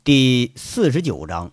第49章，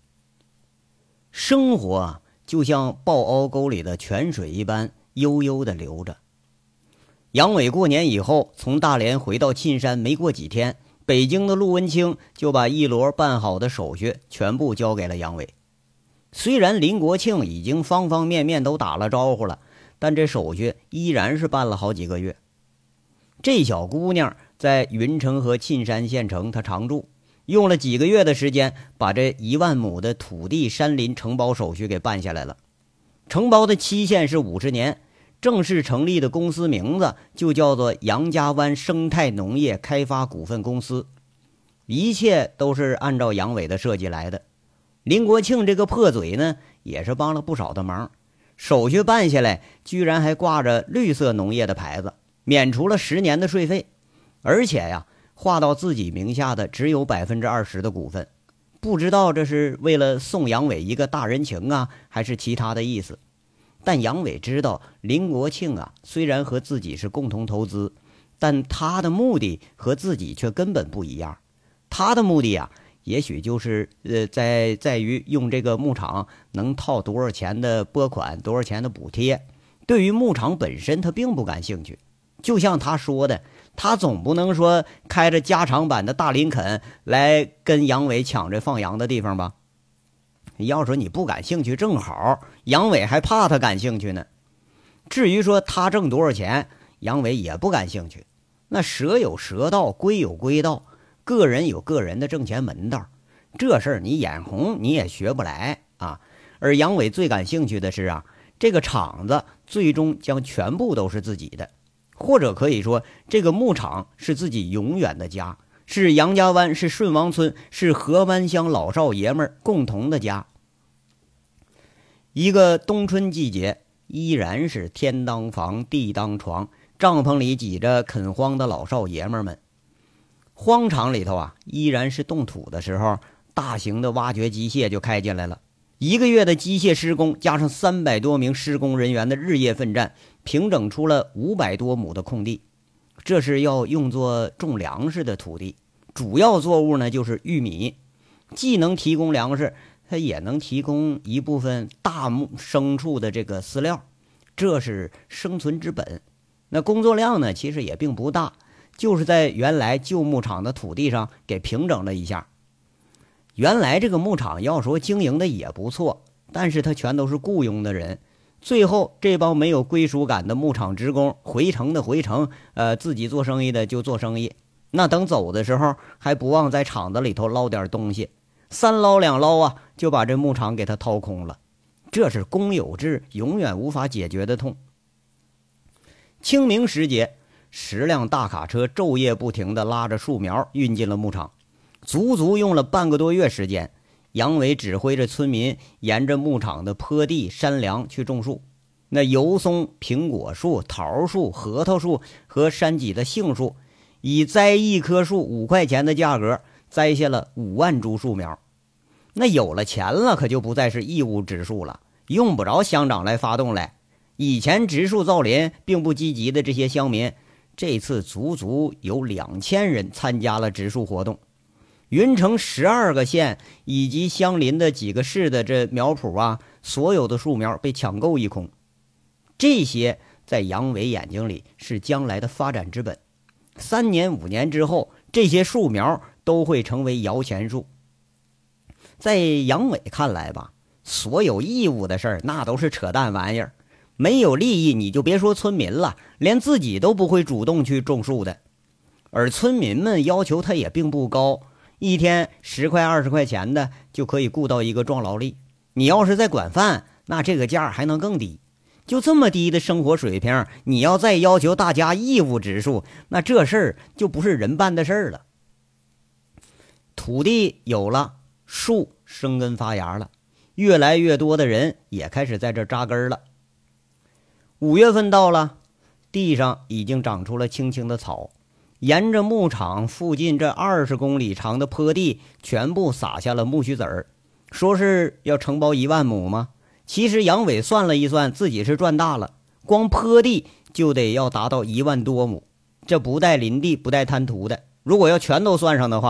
生活就像抱凹沟里的泉水一般悠悠地流着。杨伟过年以后从大连回到沁山，没过几天，北京的陆文清就把一摞办好的手续全部交给了杨伟。虽然林国庆已经方方面面都打了招呼了，但这手续依然是办了好几个月。这小姑娘在云城和沁山县城她常住，用了几个月的时间，把这1万亩的土地山林承包手续给办下来了。承包的期限是50年，正式成立的公司名字就叫做杨家湾生态农业开发股份公司。一切都是按照杨伟的设计来的。林国庆这个破嘴呢，也是帮了不少的忙。手续办下来，居然还挂着绿色农业的牌子，免除了10年的税费，而且呀，划到自己名下的只有20%的股份。不知道这是为了送杨伟一个大人情啊，还是其他的意思。但杨伟知道林国庆啊，虽然和自己是共同投资，但他的目的和自己却根本不一样。他的目的啊，也许就是在于用这个牧场能套多少钱的拨款，多少钱的补贴。对于牧场本身他并不感兴趣。就像他说的，他总不能说开着加长版的大林肯来跟杨伟抢这放羊的地方吧。要说你不感兴趣正好，杨伟还怕他感兴趣呢。至于说他挣多少钱，杨伟也不感兴趣。那蛇有蛇道，龟有龟道，个人有个人的挣钱门道，这事儿你眼红你也学不来啊。而杨伟最感兴趣的是啊，这个厂子最终将全部都是自己的，或者可以说这个牧场是自己永远的家，是杨家湾，是顺王村，是河湾乡老少爷们共同的家。一个冬春季节，依然是天当房地当床，帐篷里挤着垦荒的老少爷们们。荒场里头啊，依然是动土的时候，大型的挖掘机械就开进来了。1个月的机械施工，加上300多名施工人员的日夜奋战，平整出了500多亩的空地。这是要用作种粮食的土地，主要作物呢就是玉米，既能提供粮食，它也能提供一部分大牲畜的这个饲料，这是生存之本。那工作量呢其实也并不大，就是在原来旧牧场的土地上给平整了一下。原来这个牧场要说经营的也不错，但是它全都是雇佣的人，最后这帮没有归属感的牧场职工回城的回城，自己做生意的就做生意，那等走的时候还不忘在厂子里头捞点东西，3捞2捞啊，就把这牧场给它掏空了。这是公有制永远无法解决的痛。清明时节，10辆大卡车昼夜不停地拉着树苗运进了牧场，足足用了半个多月时间。杨伟指挥着村民沿着牧场的坡地山梁去种树，那油松、苹果树、桃树、核桃树和山脊的杏树，以栽一棵树5块钱的价格栽下了5万株树苗。那有了钱了，可就不再是义务植树了，用不着乡长来发动来。以前植树造林并不积极的这些乡民，这次足足有2000人参加了植树活动。云城12个县以及相邻的几个市的这苗圃啊，所有的树苗被抢购一空。这些在杨伟眼睛里是将来的发展之本，3年5年之后，这些树苗都会成为摇钱树。在杨伟看来吧，所有义务的事儿那都是扯淡玩意儿，没有利益你就别说村民了，连自己都不会主动去种树的。而村民们要求他也并不高，一天10块20块钱的就可以雇到一个壮劳力，你要是在管饭，那这个价还能更低。就这么低的生活水平，你要再要求大家义务植树，那这事儿就不是人办的事儿了。土地有了，树生根发芽了，越来越多的人也开始在这扎根了。5月份到了，地上已经长出了青青的草，沿着牧场附近这20公里长的坡地全部撒下了苜蓿籽儿。说是要承包1万亩吗？其实杨伟算了一算，自己是赚大了，光坡地就得要达到1万多亩，这不带林地不带滩涂的。如果要全都算上的话，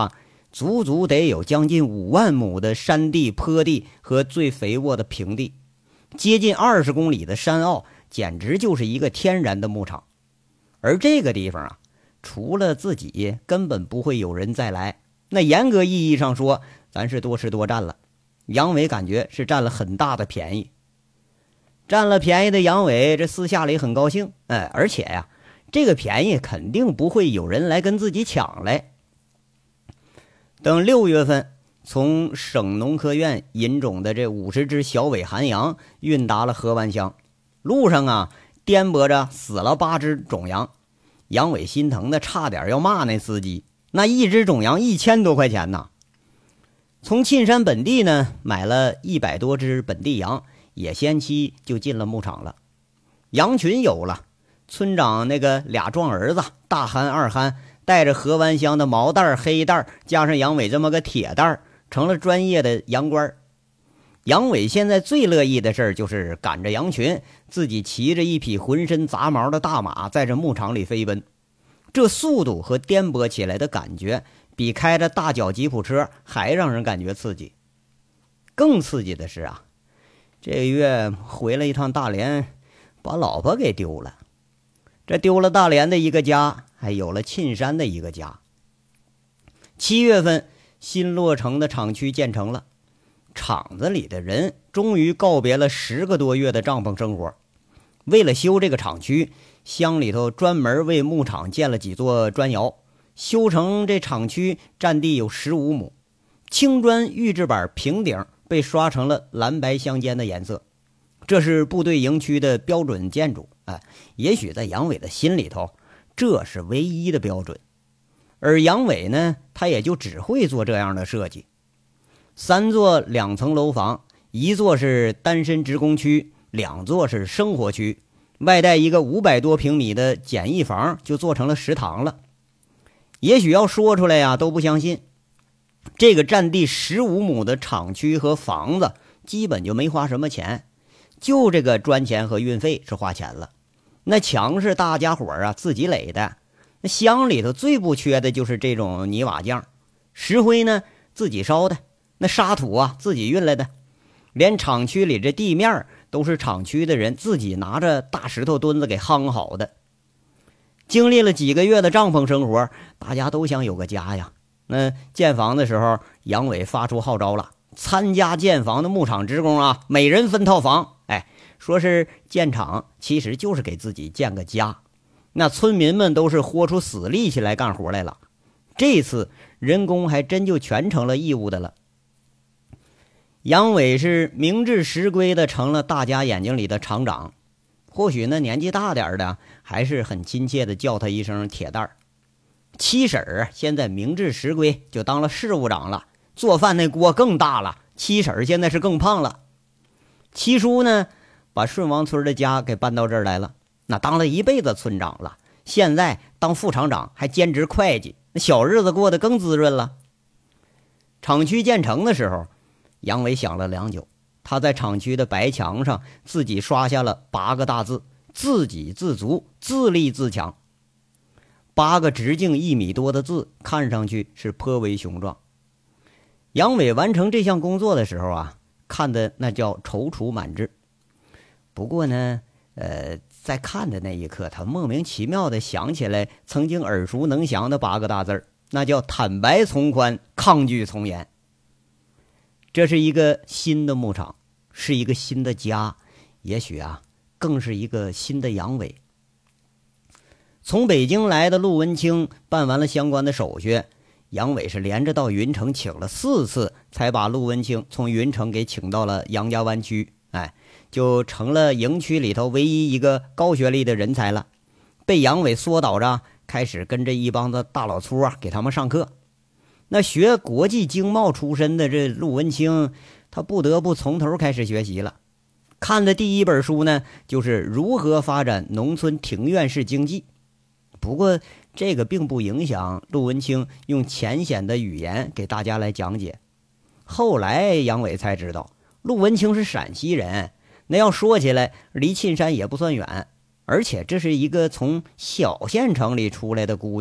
足足得有将近5万亩的山地、坡地和最肥沃的平地，接近20公里的山坳，简直就是一个天然的牧场。而这个地方啊，除了自己，根本不会有人再来。那严格意义上说，咱是多吃多占了。杨伟感觉是占了很大的便宜。占了便宜的杨伟，这私下里很高兴，而且呀，这个便宜肯定不会有人来跟自己抢来。等6月份，从省农科院引种的这50只小尾寒羊运达了河湾乡，路上啊，颠簸着死了8只种羊。杨伟心疼的差点要骂那司机，那一只种羊1000多块钱呢。从沁山本地呢买了100多只本地羊，也先期就进了牧场了。羊群有了，村长那个俩壮儿子大憨二憨带着河湾乡的毛袋黑袋加上杨伟这么个铁袋，成了专业的羊倌。杨伟现在最乐意的事就是赶着羊群，自己骑着一匹浑身杂毛的大马在这牧场里飞奔，这速度和颠簸起来的感觉比开着大脚吉普车还让人感觉刺激。更刺激的是啊，这个月回了一趟大连，把老婆给丢了。这丢了大连的一个家，还有了沁山的一个家。7月份，新落成的厂区建成了，厂子里的人终于告别了10个多月的帐篷生活。为了修这个厂区，乡里头专门为牧场建了几座砖窑，修成这厂区占地有15亩，青砖预制板平顶被刷成了蓝白相间的颜色，这是部队营区的标准建筑。也许在杨伟的心里头，这是唯一的标准。而杨伟呢，他也就只会做这样的设计。3座2层楼房，一座是单身职工区，2座是生活区，外带一个500多平米的简易房，就做成了食堂了。也许要说出来呀，都不相信。这个占地15亩的厂区和房子，基本就没花什么钱，就这个砖钱和运费是花钱了。那墙是大家伙啊自己垒的，那乡里头最不缺的就是这种泥瓦匠，石灰呢自己烧的，那沙土啊自己运来的，连厂区里这地面都是厂区的人自己拿着大石头墩子给夯好的。经历了几个月的帐篷生活，大家都想有个家呀。那建房的时候，杨伟发出号召了，参加建房的牧场职工啊，每人分套房。说是建厂，其实就是给自己建个家。那村民们都是豁出死力气来干活来了，这次人工还真就全成了义务的了。杨伟是明智实规的成了大家眼睛里的厂长，或许呢年纪大点的还是很亲切的叫他一声铁蛋儿。七婶儿现在明智实规就当了事务长了，做饭那锅更大了，七婶儿现在是更胖了。七叔呢把顺王村的家给搬到这儿来了，那当了一辈子村长了，现在当副厂长还兼职会计，那小日子过得更滋润了。厂区建成的时候，杨伟想了良久，他在厂区的白墙上自己刷下了8个大字：自给自足，自立自强。8个直径1米多的字，看上去是颇为雄壮。杨伟完成这项工作的时候啊，看的那叫踌躇满志。不过呢，在看的那一刻，他莫名其妙地想起来曾经耳熟能详的8个大字，那叫坦白从宽，抗拒从严。这是一个新的牧场，是一个新的家，也许啊，更是一个新的杨伟。从北京来的陆文清办完了相关的手续，杨伟是连着到云城请了4次，才把陆文清从云城给请到了杨家湾区，就成了营区里头唯一一个高学历的人才了。被杨伟缩导着，开始跟着一帮子大老粗啊给他们上课。那学国际经贸出身的这陆文清，他不得不从头开始学习了。看的第一本书呢，就是如何发展农村庭院式经济。不过这个并不影响陆文清用浅显的语言给大家来讲解。后来杨伟才知道，陆文清是陕西人，那要说起来离沁山也不算远，而且这是一个从小县城里出来的姑娘，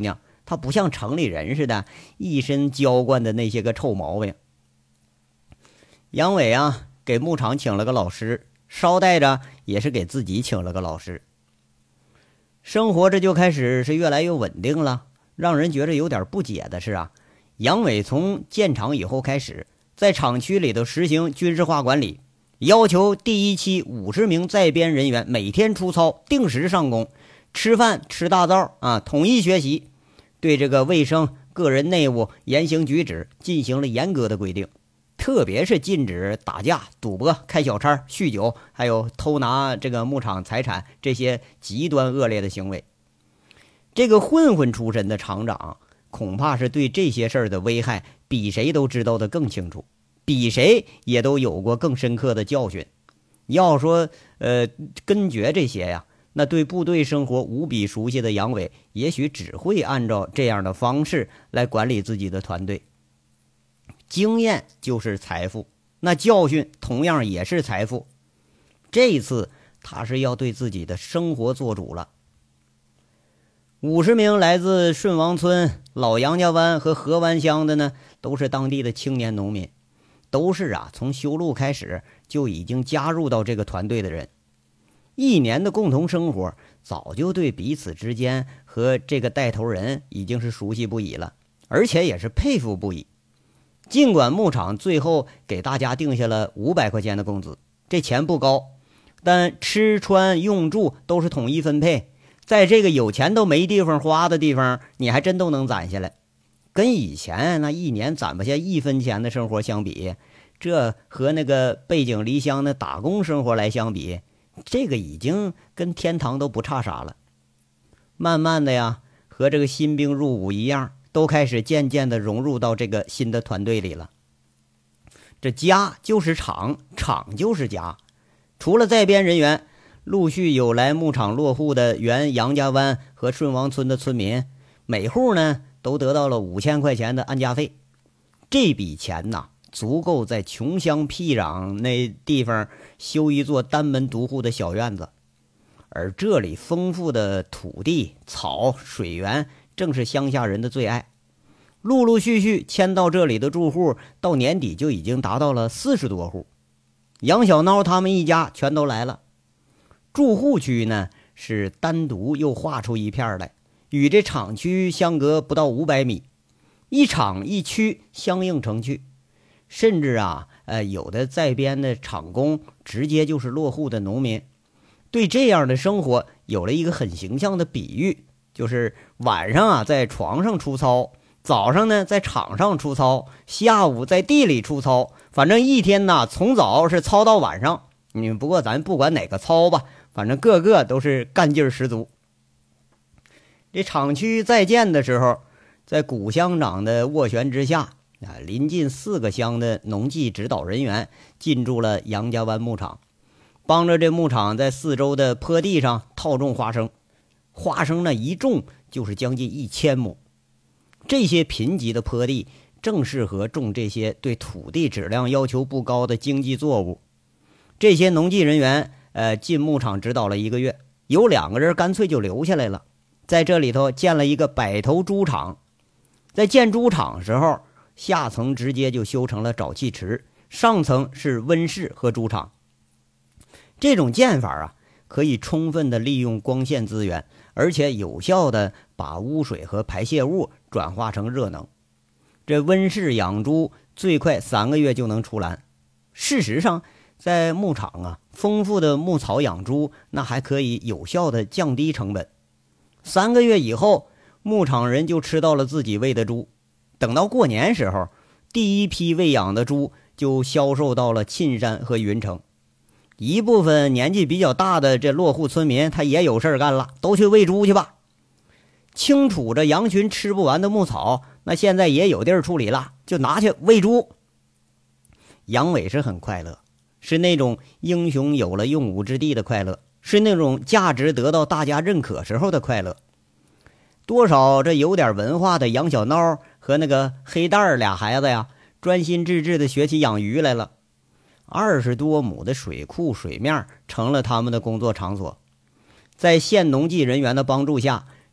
他不像城里人似的，一身娇惯的那些个臭毛病。杨伟啊，给牧场请了个老师，捎带着也是给自己请了个老师。生活这就开始是越来越稳定了。让人觉得有点不解的是啊，杨伟从建厂以后开始，在厂区里头实行军事化管理，要求第一期50名在编人员每天出操，定时上工，吃饭吃大灶啊，统一学习，对这个卫生、个人内务、言行举止进行了严格的规定，特别是禁止打架、赌博、开小差、酗酒，还有偷拿这个牧场财产这些极端恶劣的行为。这个混混出身的厂长，恐怕是对这些事儿的危害比谁都知道的更清楚，比谁也都有过更深刻的教训。要说根绝这些呀，那对部队生活无比熟悉的杨伟，也许只会按照这样的方式来管理自己的团队。经验就是财富，那教训同样也是财富。这一次他是要对自己的生活做主了。50名来自顺王村、老杨家湾和河湾乡的呢，都是当地的青年农民，都是从修路开始就已经加入到这个团队的人。1年的共同生活，早就对彼此之间和这个带头人已经是熟悉不已了，而且也是佩服不已。尽管牧场最后给大家定下了500块钱的工资，这钱不高，但吃穿用住都是统一分配，在这个有钱都没地方花的地方，你还真都能攒下来。跟以前那1年攒不下1分钱的生活相比，这和那个背井离乡的打工生活来相比，这个已经跟天堂都不差啥了。慢慢的呀，和这个新兵入伍一样，都开始渐渐的融入到这个新的团队里了。这家就是厂，厂就是家。除了在编人员，陆续有来牧场落户的原杨家湾和顺王村的村民，每户呢都得到了5000块钱的安家费。这笔钱呐，足够在穷乡僻壤那地方修一座单门独户的小院子。而这里丰富的土地、草、水源，正是乡下人的最爱。陆陆续续迁到这里的住户，到年底就已经达到了40多户。杨小孬他们一家全都来了。住户区呢是单独又划出一片来，与这厂区相隔不到500米，一厂一区相映成趣。甚至有的在编的厂工直接就是落户的农民。对这样的生活有了一个很形象的比喻，就是晚上在床上出操，早上呢在场上出操，下午在地里出操，反正一天从早是操到晚上。不过咱不管哪个操吧，反正个个都是干劲十足。这厂区在建的时候，在古乡长的斡旋之下，临近4个乡的农技指导人员进驻了杨家湾牧场，帮着这牧场在4周的坡地上套种花生。花生呢一种就是将近1000亩。这些贫瘠的坡地正适合种这些对土地质量要求不高的经济作物。这些农技人员进牧场指导了1个月，有2个人干脆就留下来了，在这里头建了一个100头猪场。在建猪场时候，下层直接就修成了沼气池，上层是温室和猪场。这种建法可以充分的利用光线资源，而且有效的把污水和排泄物转化成热能。这温室养猪最快3个月就能出栏。事实上，在牧场丰富的牧草养猪，那还可以有效的降低成本。3个月以后，牧场人就吃到了自己喂的猪。等到过年时候，第一批喂养的猪就销售到了沁山和云城。一部分年纪比较大的这落户村民，他也有事干了，都去喂猪去吧。清楚着羊群吃不完的牧草，那现在也有地儿处理了，就拿去喂猪。杨伟是很快乐，是那种英雄有了用武之地的快乐，是那种价值得到大家认可时候的快乐。多少这有点文化的杨小孬和那个黑蛋儿俩孩子专心致志的学起养鱼来了。20多亩的水库水面成了他们的工作场所。在县农技人员的帮助下，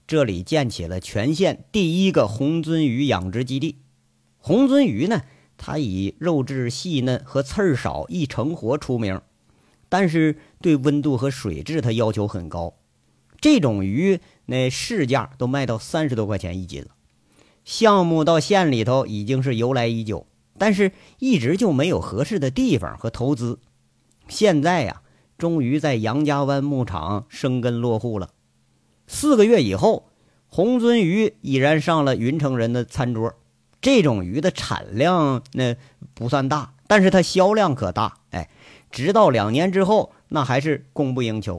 这里建起了全县第一个红鳟鱼养殖基地。红鳟鱼呢，它以肉质细嫩和刺儿少、易成活出名，但是对温度和水质它要求很高。这种鱼那市价都卖到30多块钱一斤了。项目到县里头已经是由来已久，但是一直就没有合适的地方和投资。现在呀，终于在杨家湾牧场生根落户了。4个月以后，红鳟鱼已然上了云城人的餐桌。这种鱼的产量那不算大，但是它销量可大。直到2年之后，那还是供不应求。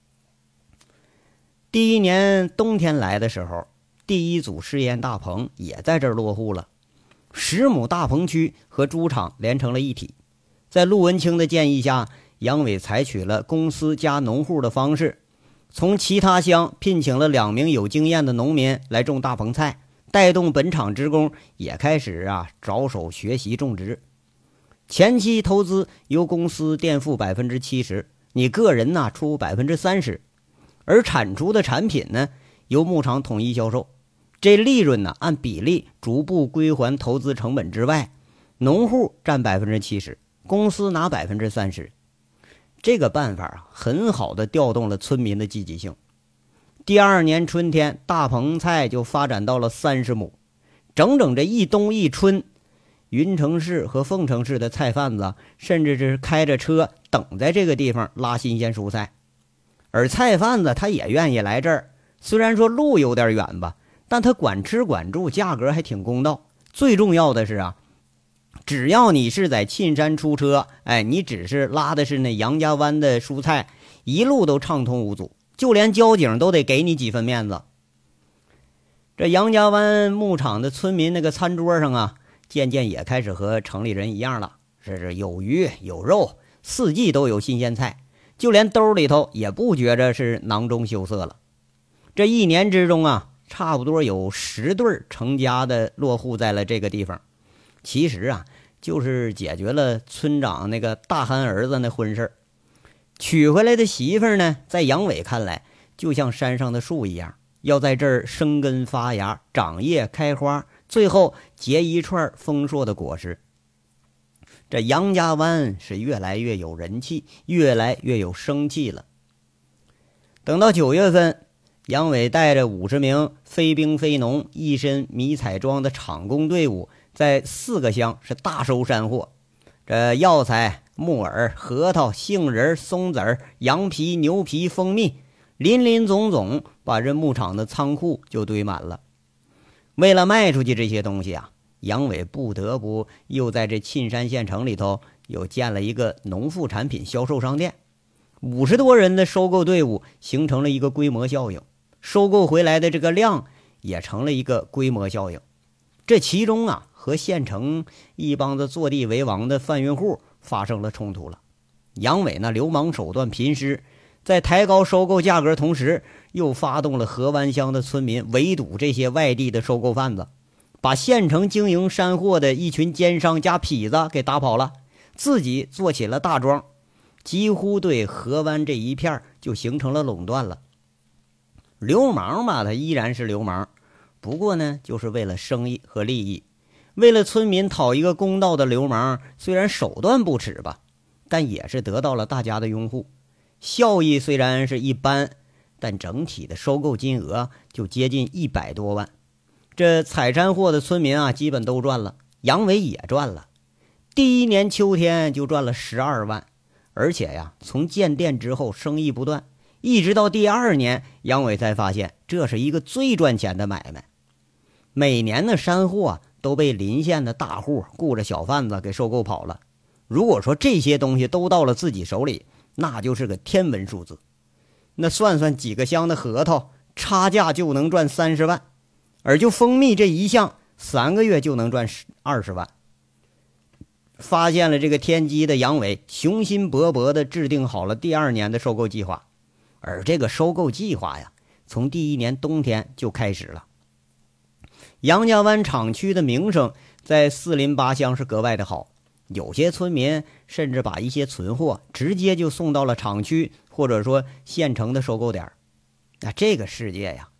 第1年冬天来的时候，第1组试验大棚也在这儿落户了。10亩大棚区和猪场连成了一体。在陆文清的建议下，杨伟采取了公司加农户的方式，从其他乡聘请了2名有经验的农民来种大棚菜，带动本场职工也开始着手学习种植。前期投资由公司垫付70%，你个人出30%，而产出的产品呢由牧场统一销售。这利润按比例逐步归还投资成本之外，农户占70%，公司拿30%。这个办法很好的调动了村民的积极性。第2年春天，大棚菜就发展到了30亩。整整这一冬一春，云城市和凤城市的菜贩子甚至是开着车等在这个地方拉新鲜蔬菜。而菜贩子他也愿意来这儿，虽然说路有点远吧，但他管吃管住，价格还挺公道。最重要的是只要你是在沁山出车，你只是拉的是那杨家湾的蔬菜，一路都畅通无阻，就连交警都得给你几分面子。这杨家湾牧场的村民那个餐桌上渐渐也开始和城里人一样了，是有鱼有肉，4季都有新鲜菜，就连兜里头也不觉着是囊中羞涩了。这1年之中差不多有10对成家的落户在了这个地方。其实就是解决了村长那个大憨儿子那婚事。娶回来的媳妇呢，在杨伟看来就像山上的树一样，要在这儿生根发芽，长叶开花，最后结一串丰硕的果实。这杨家湾是越来越有人气，越来越有生气了。等到9月份，杨伟带着50名非兵非农、一身迷彩装的厂工队伍，在4个乡是大收山货。这药材、木耳、核桃、杏仁、松子、羊皮、牛皮、蜂蜜，林林总总把这牧场的仓库就堆满了。为了卖出去这些东西杨伟不得不又在这沁山县城里头又建了一个农副产品销售商店。50多人的收购队伍形成了一个规模效应，收购回来的这个量也成了一个规模效应。这其中和县城一帮子坐地为王的贩运户发生了冲突了。杨伟那流氓手段频施，在抬高收购价格同时，又发动了河湾乡的村民围堵这些外地的收购贩子，把县城经营山货的一群奸商加痞子给打跑了，自己做起了大庄，几乎对河湾这一片就形成了垄断了。流氓嘛，他依然是流氓，不过呢，就是为了生意和利益，为了村民讨一个公道的流氓，虽然手段不耻吧，但也是得到了大家的拥护。效益虽然是一般，但整体的收购金额就接近100多万。这采山货的村民基本都赚了，杨伟也赚了。第1年秋天就赚了12万，而且从建店之后生意不断，一直到第2年，杨伟才发现这是一个最赚钱的买卖。每年的山货都被邻县的大户雇着小贩子给收购跑了。如果说这些东西都到了自己手里，那就是个天文数字。那算算几个乡的核桃，差价就能赚30万，而就蜂蜜这一项3个月就能赚20万。发现了这个天机的杨伟雄心勃勃地制定好了第2年的收购计划。而这个收购计划从第1年冬天就开始了。杨家湾厂区的名声在4邻8乡是格外的好，有些村民甚至把一些存货直接就送到了厂区或者说县城的收购点。那这个世界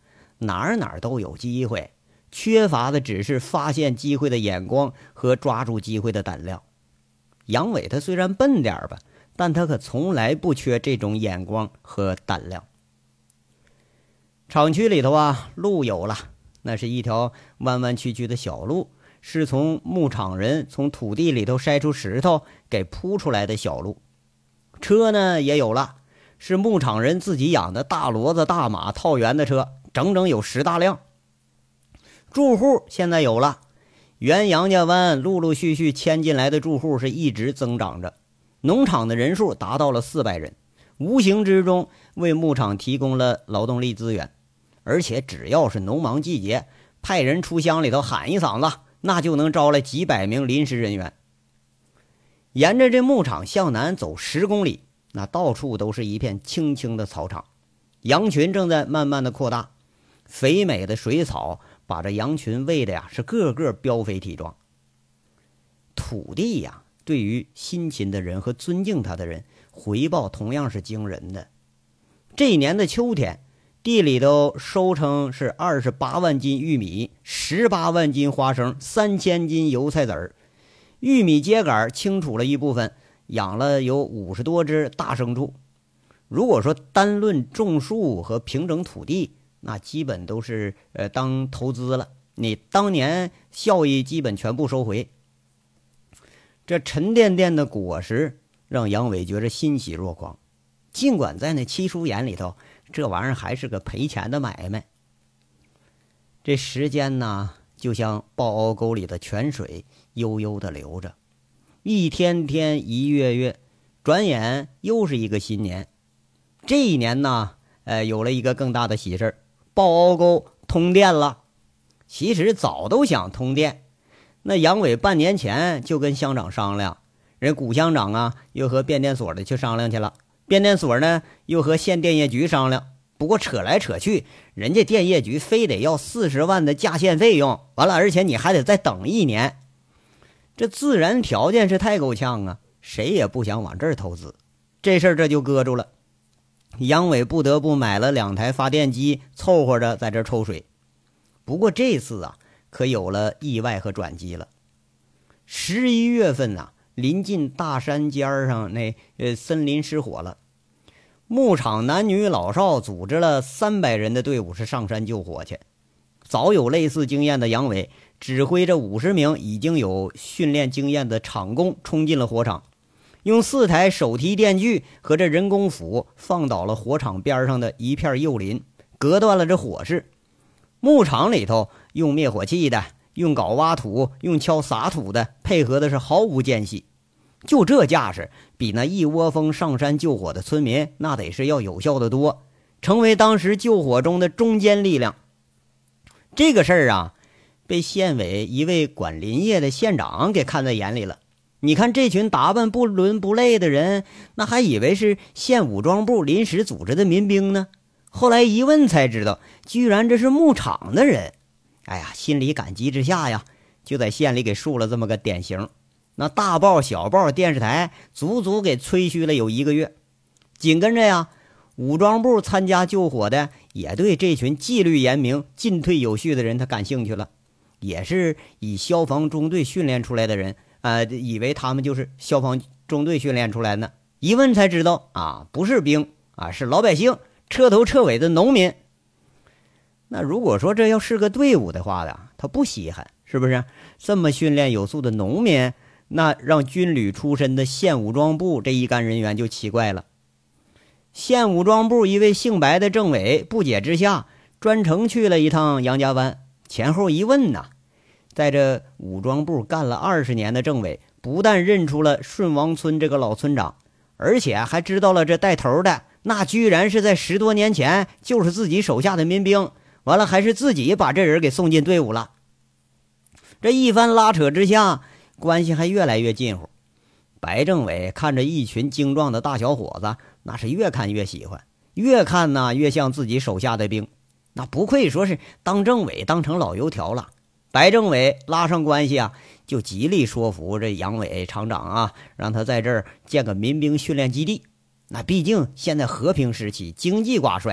哪儿哪儿都有机会，缺乏的只是发现机会的眼光和抓住机会的胆量。杨伟他虽然笨点吧，但他可从来不缺这种眼光和胆量。厂区里头啊，路有了，那是一条弯弯曲曲的小路，是从牧场人从土地里头筛出石头给铺出来的小路。车呢也有了，是牧场人自己养的大骡子大马套圆的车，整整有10大辆。住户现在有了，原杨家湾陆陆续续迁进来的住户是一直增长着，农场的人数达到了400人，无形之中为牧场提供了劳动力资源。而且只要是农忙季节，派人出乡里头喊一嗓子，那就能招来几百名临时人员。沿着这牧场向南走10公里，那到处都是一片青青的草场，羊群正在慢慢的扩大，肥美的水草把这羊群喂的呀是个个膘肥体壮。土地呀，对于辛勤的人和尊敬他的人，回报同样是惊人的。这一年的秋天，地里头收成是28万斤玉米，18万斤花生，3000斤油菜籽儿。玉米秸秆清除了一部分，养了有50多只大牲畜。如果说单论种树和平整土地，那基本都是当投资了，你当年效益基本全部收回。这沉甸甸的果实让杨伟觉着欣喜若狂，尽管在那七叔眼里头，这玩意儿还是个赔钱的买卖。这时间呢，就像抱凹沟里的泉水，悠悠的流着，一天天一月月，转眼又是一个新年。这一年呢，有了一个更大的喜事，抱凹沟通电了。其实早都想通电，那杨伟半年前就跟乡长商量，人古乡长啊又和变电所的去商量去了，变电所呢又和县电业局商量。不过扯来扯去，人家电业局非得要40万的架线费用，完了而且你还得再等1年，这自然条件是太够呛啊，谁也不想往这儿投资。这事儿这就搁住了，杨伟不得不买了2台发电机，凑合着在这儿抽水。不过这次啊，可有了意外和转机了。11月份啊，临近大山尖上那森林失火了，牧场男女老少组织了300人的队伍是上山救火去。早有类似经验的杨伟指挥着50名已经有训练经验的场工冲进了火场，用4台手提电锯和这人工斧放倒了火场边上的一片幼林，隔断了这火势。牧场里头用灭火器的，用镐挖土，用锹撒土的，配合的是毫无间隙。就这架势，比那一窝蜂上山救火的村民那得是要有效的多，成为当时救火中的中坚力量。这个事儿啊，被县委一位管林业的县长给看在眼里了。你看这群打扮不伦不类的人，那还以为是县武装部临时组织的民兵呢，后来一问才知道，居然这是牧场的人。哎呀，心里感激之下呀，就在县里给竖了这么个典型。那大报小报电视台足足给吹嘘了有1个月。紧跟着呀，武装部参加救火的也对这群纪律严明进退有序的人他感兴趣了，也是以消防中队训练出来的人，以为他们就是消防中队训练出来的，一问才知道啊，不是兵啊，是老百姓，彻头彻尾的农民。那如果说这要是个队伍的话呀，他不稀罕，是不是？这么训练有素的农民，那让军旅出身的县武装部这一干人员就奇怪了。县武装部一位姓白的政委不解之下，专程去了一趟杨家湾，前后一问呐，在这武装部干了20年的政委，不但认出了顺王村这个老村长，而且还知道了这带头的那居然是在10多年前就是自己手下的民兵，完了还是自己把这人给送进队伍了。这一番拉扯之下，关系还越来越近乎。白政委看着一群精壮的大小伙子，那是越看越喜欢，越看呢越像自己手下的兵，那不愧说是当政委当成老油条了。白政委拉上关系啊，就极力说服这杨伟厂长啊，让他在这儿建个民兵训练基地。那毕竟现在和平时期，经济挂帅，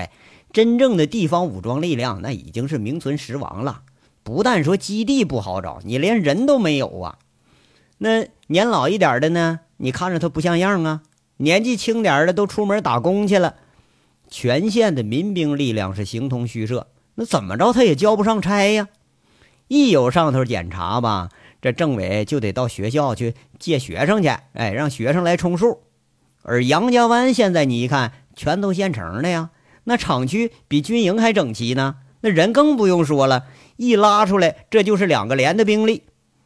真正的地方武装力量那已经是名存实亡了。不但说基地不好找，你连人都没有啊。那年老一点的呢，你看着他不像样啊，年纪轻点的都出门打工去了。全县的民兵力量是形同虚设，那怎么着他也交不上差呀。一有上头检查吧，这政委就得到学校去借学生去，让学生来充数。而杨家湾现在你一看全都现成的呀，那厂区比军营还整齐呢，那人更不用说了，一拉出来这就是2个连的兵力。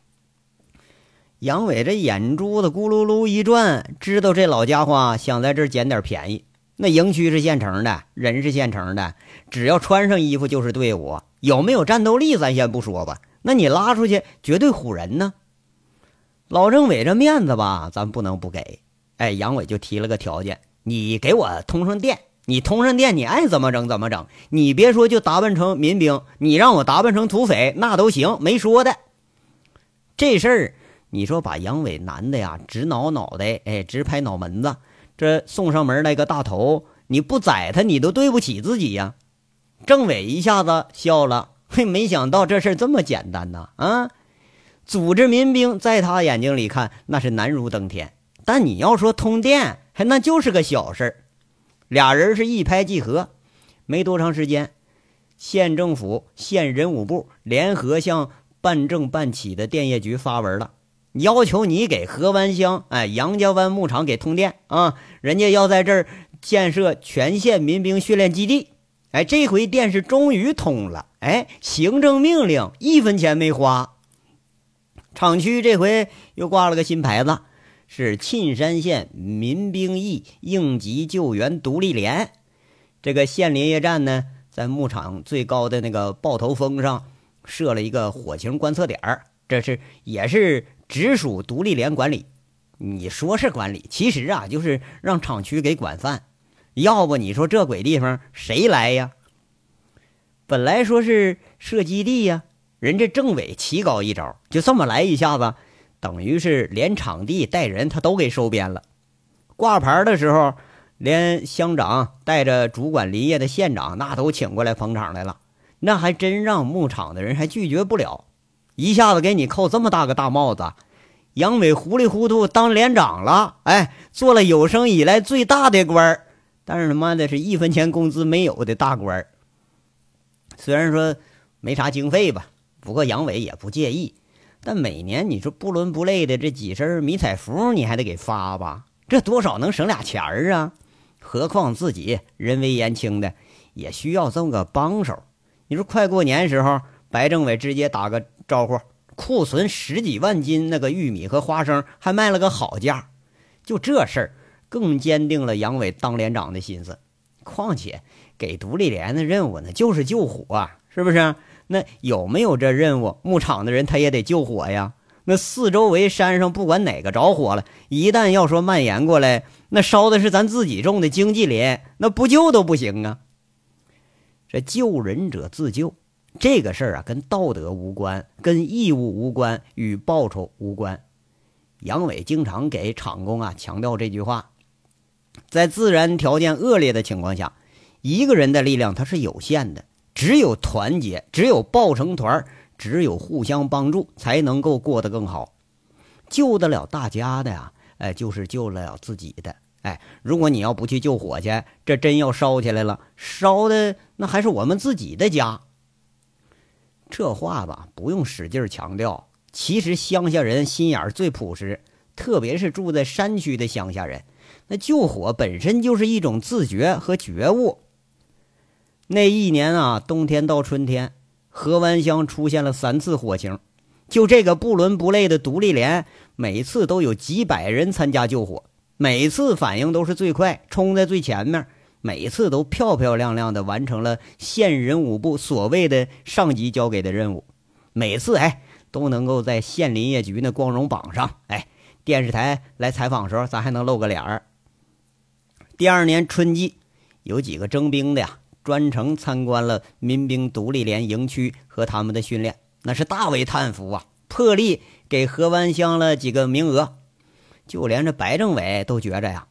杨伟这眼珠子咕噜噜一转，知道这老家伙想在这儿捡点便宜。那营区是现成的，人是现成的，只要穿上衣服就是队伍，有没有战斗力咱先不说吧，那你拉出去绝对唬人呢。老政委这面子吧咱不能不给，杨伟就提了个条件，你给我通上电，你通上电你爱怎么整怎么整，你别说就打扮成民兵，你让我打扮成土匪那都行，没说的。这事儿你说把杨伟难的呀直挠脑袋，直拍脑门子，这送上门来个大头，你不宰他你都对不起自己呀。政委一下子笑了，没想到这事这么简单呐啊！组织民兵在他眼睛里看那是难如登天，但你要说通电那就是个小事。俩人是一拍即合，没多长时间，县政府县人武部联合向办政办企的电业局发文了，要求你给河湾乡杨家湾牧场给通电啊！人家要在这儿建设全县民兵训练基地。这回电是终于通了，行政命令1分钱没花。厂区这回又挂了个新牌子，是沁山县民兵役应急救援独立连。这个县林业站呢，在牧场最高的那个爆头峰上设了一个火情观测点，这是也是直属独立连管理。你说是管理，其实啊就是让厂区给管饭，要不你说这鬼地方谁来呀？本来说是设基地呀，人这政委奇高一招，就这么来一下子，等于是连场地带人他都给收编了。挂牌的时候，连乡长带着主管林业的县长那都请过来捧场来了，那还真让牧场的人还拒绝不了，一下子给你扣这么大个大帽子。杨伟糊里糊涂当连长了，做了有生以来最大的官，但是他妈的是1分钱工资没有的大官。虽然说没啥经费吧，不过杨伟也不介意，但每年你说不伦不类的这几身迷彩服你还得给发吧，这多少能省俩钱啊。何况自己人微言轻的，也需要这么个帮手。你说快过年时候，白政委直接打个招呼，库存10几万斤那个玉米和花生还卖了个好价，就这事儿更坚定了杨伟当连长的心思。况且给独立连的任务呢就是救火是不是？那有没有这任务，牧场的人他也得救火呀。那四周围山上不管哪个着火了，一旦要说蔓延过来，那烧的是咱自己种的经济林，那不救都不行啊。这救人者自救这个事儿跟道德无关，跟义务无关，与报酬无关。杨伟经常给厂工强调这句话。在自然条件恶劣的情况下，一个人的力量它是有限的，只有团结，只有抱成团，只有互相帮助，才能够过得更好。救得了大家的就是救得了自己的。如果你要不去救火去，这真要烧起来了，烧的那还是我们自己的家。这话吧不用使劲强调，其实乡下人心眼最朴实，特别是住在山区的乡下人，那救火本身就是一种自觉和觉悟。那一年冬天到春天，河湾乡出现了3次火情，就这个不伦不类的独立连，每次都有几百人参加救火，每次反应都是最快，冲在最前面，每次都漂漂亮亮的完成了县人武部所谓的上级交给的任务，每次都能够在县林业局那光荣榜上，电视台来采访的时候咱还能露个脸儿。第2年春季，有几个征兵的专程参观了民兵独立连营区和他们的训练，那是大为叹服破例给河湾乡了几个名额。就连这白政委都觉着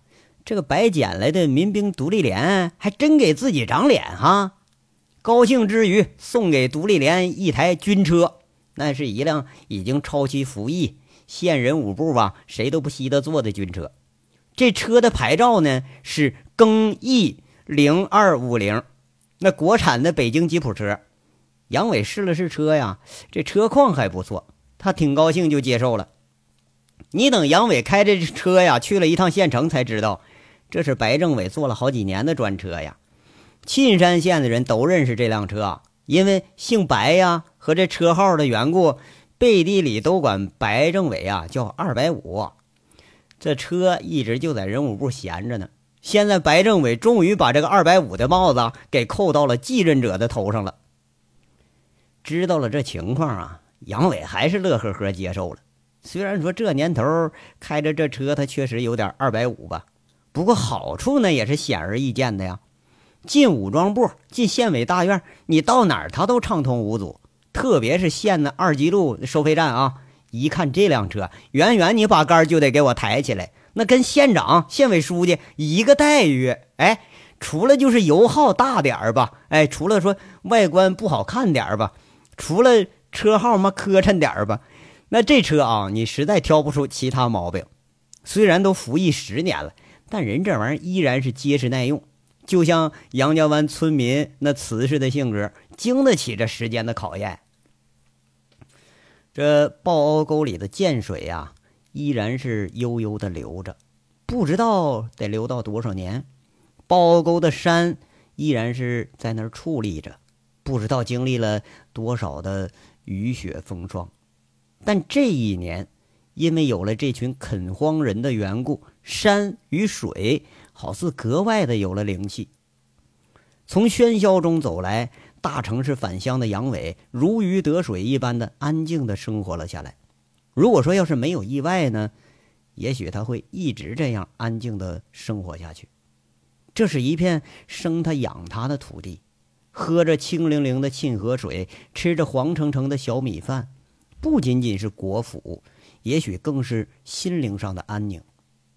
这个白捡来的民兵独立连还真给自己长脸哈！高兴之余，送给独立连一台军车，那是一辆已经超期服役、县人五部谁都不稀得坐的军车。这车的牌照呢是庚毅0250，那国产的北京吉普车。杨伟试了试车呀，这车况还不错，他挺高兴就接受了。你等杨伟开这车呀去了一趟县城才知道，这是白政委做了好几年的专车呀。沁山县的人都认识这辆车，因为姓白呀和这车号的缘故，背地里都管白政委叫250。这车一直就在人武部闲着呢，现在白政委终于把这个250的帽子给扣到了继任者的头上了。知道了这情况杨伟还是乐呵呵接受了。虽然说这年头开着这车他确实有点250吧，不过好处呢也是显而易见的呀。进武装部，进县委大院，你到哪儿他都畅通无阻。特别是县的2级路收费站一看这辆车，远远你把杆就得给我抬起来，那跟县长、县委书记一个待遇。除了就是油耗大点吧，除了说外观不好看点吧，除了车号磕碜点吧，那这车你实在挑不出其他毛病。虽然都服役10年了，但人这玩意儿依然是结实耐用，就像杨家湾村民那瓷实的性格，经得起这时间的考验。这抱凹沟里的涧水依然是悠悠的流着，不知道得流到多少年。抱凹沟的山依然是在那儿矗立着，不知道经历了多少的雨雪风霜。但这一年，因为有了这群垦荒人的缘故，山与水好似格外的有了灵气。从喧嚣中走来，大城市返乡的杨伟如鱼得水一般的安静的生活了下来。如果说要是没有意外呢，也许他会一直这样安静的生活下去。这是一片生他养他的土地，喝着清灵灵的沁河水，吃着黄澄澄的小米饭，不仅仅是国府，也许更是心灵上的安宁。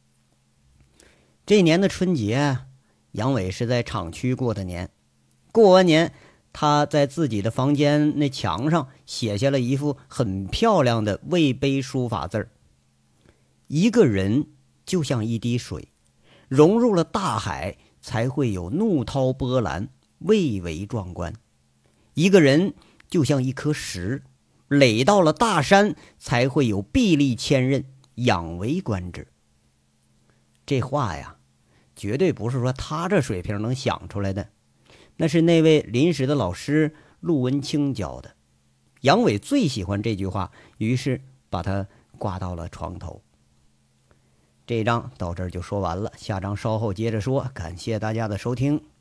这年的春节，杨伟是在厂区过的年。过完年，他在自己的房间那墙上写下了一幅很漂亮的魏碑书法字儿：一个人就像一滴水，融入了大海，才会有怒涛波澜，蔚为壮观。一个人就像一颗石，垒到了大山，才会有臂力千仞，仰为观止。这话绝对不是说他这水平能想出来的，那是那位临时的老师陆文清教的。杨伟最喜欢这句话，于是把它挂到了床头。这一章到这儿就说完了，下章稍后接着说。感谢大家的收听。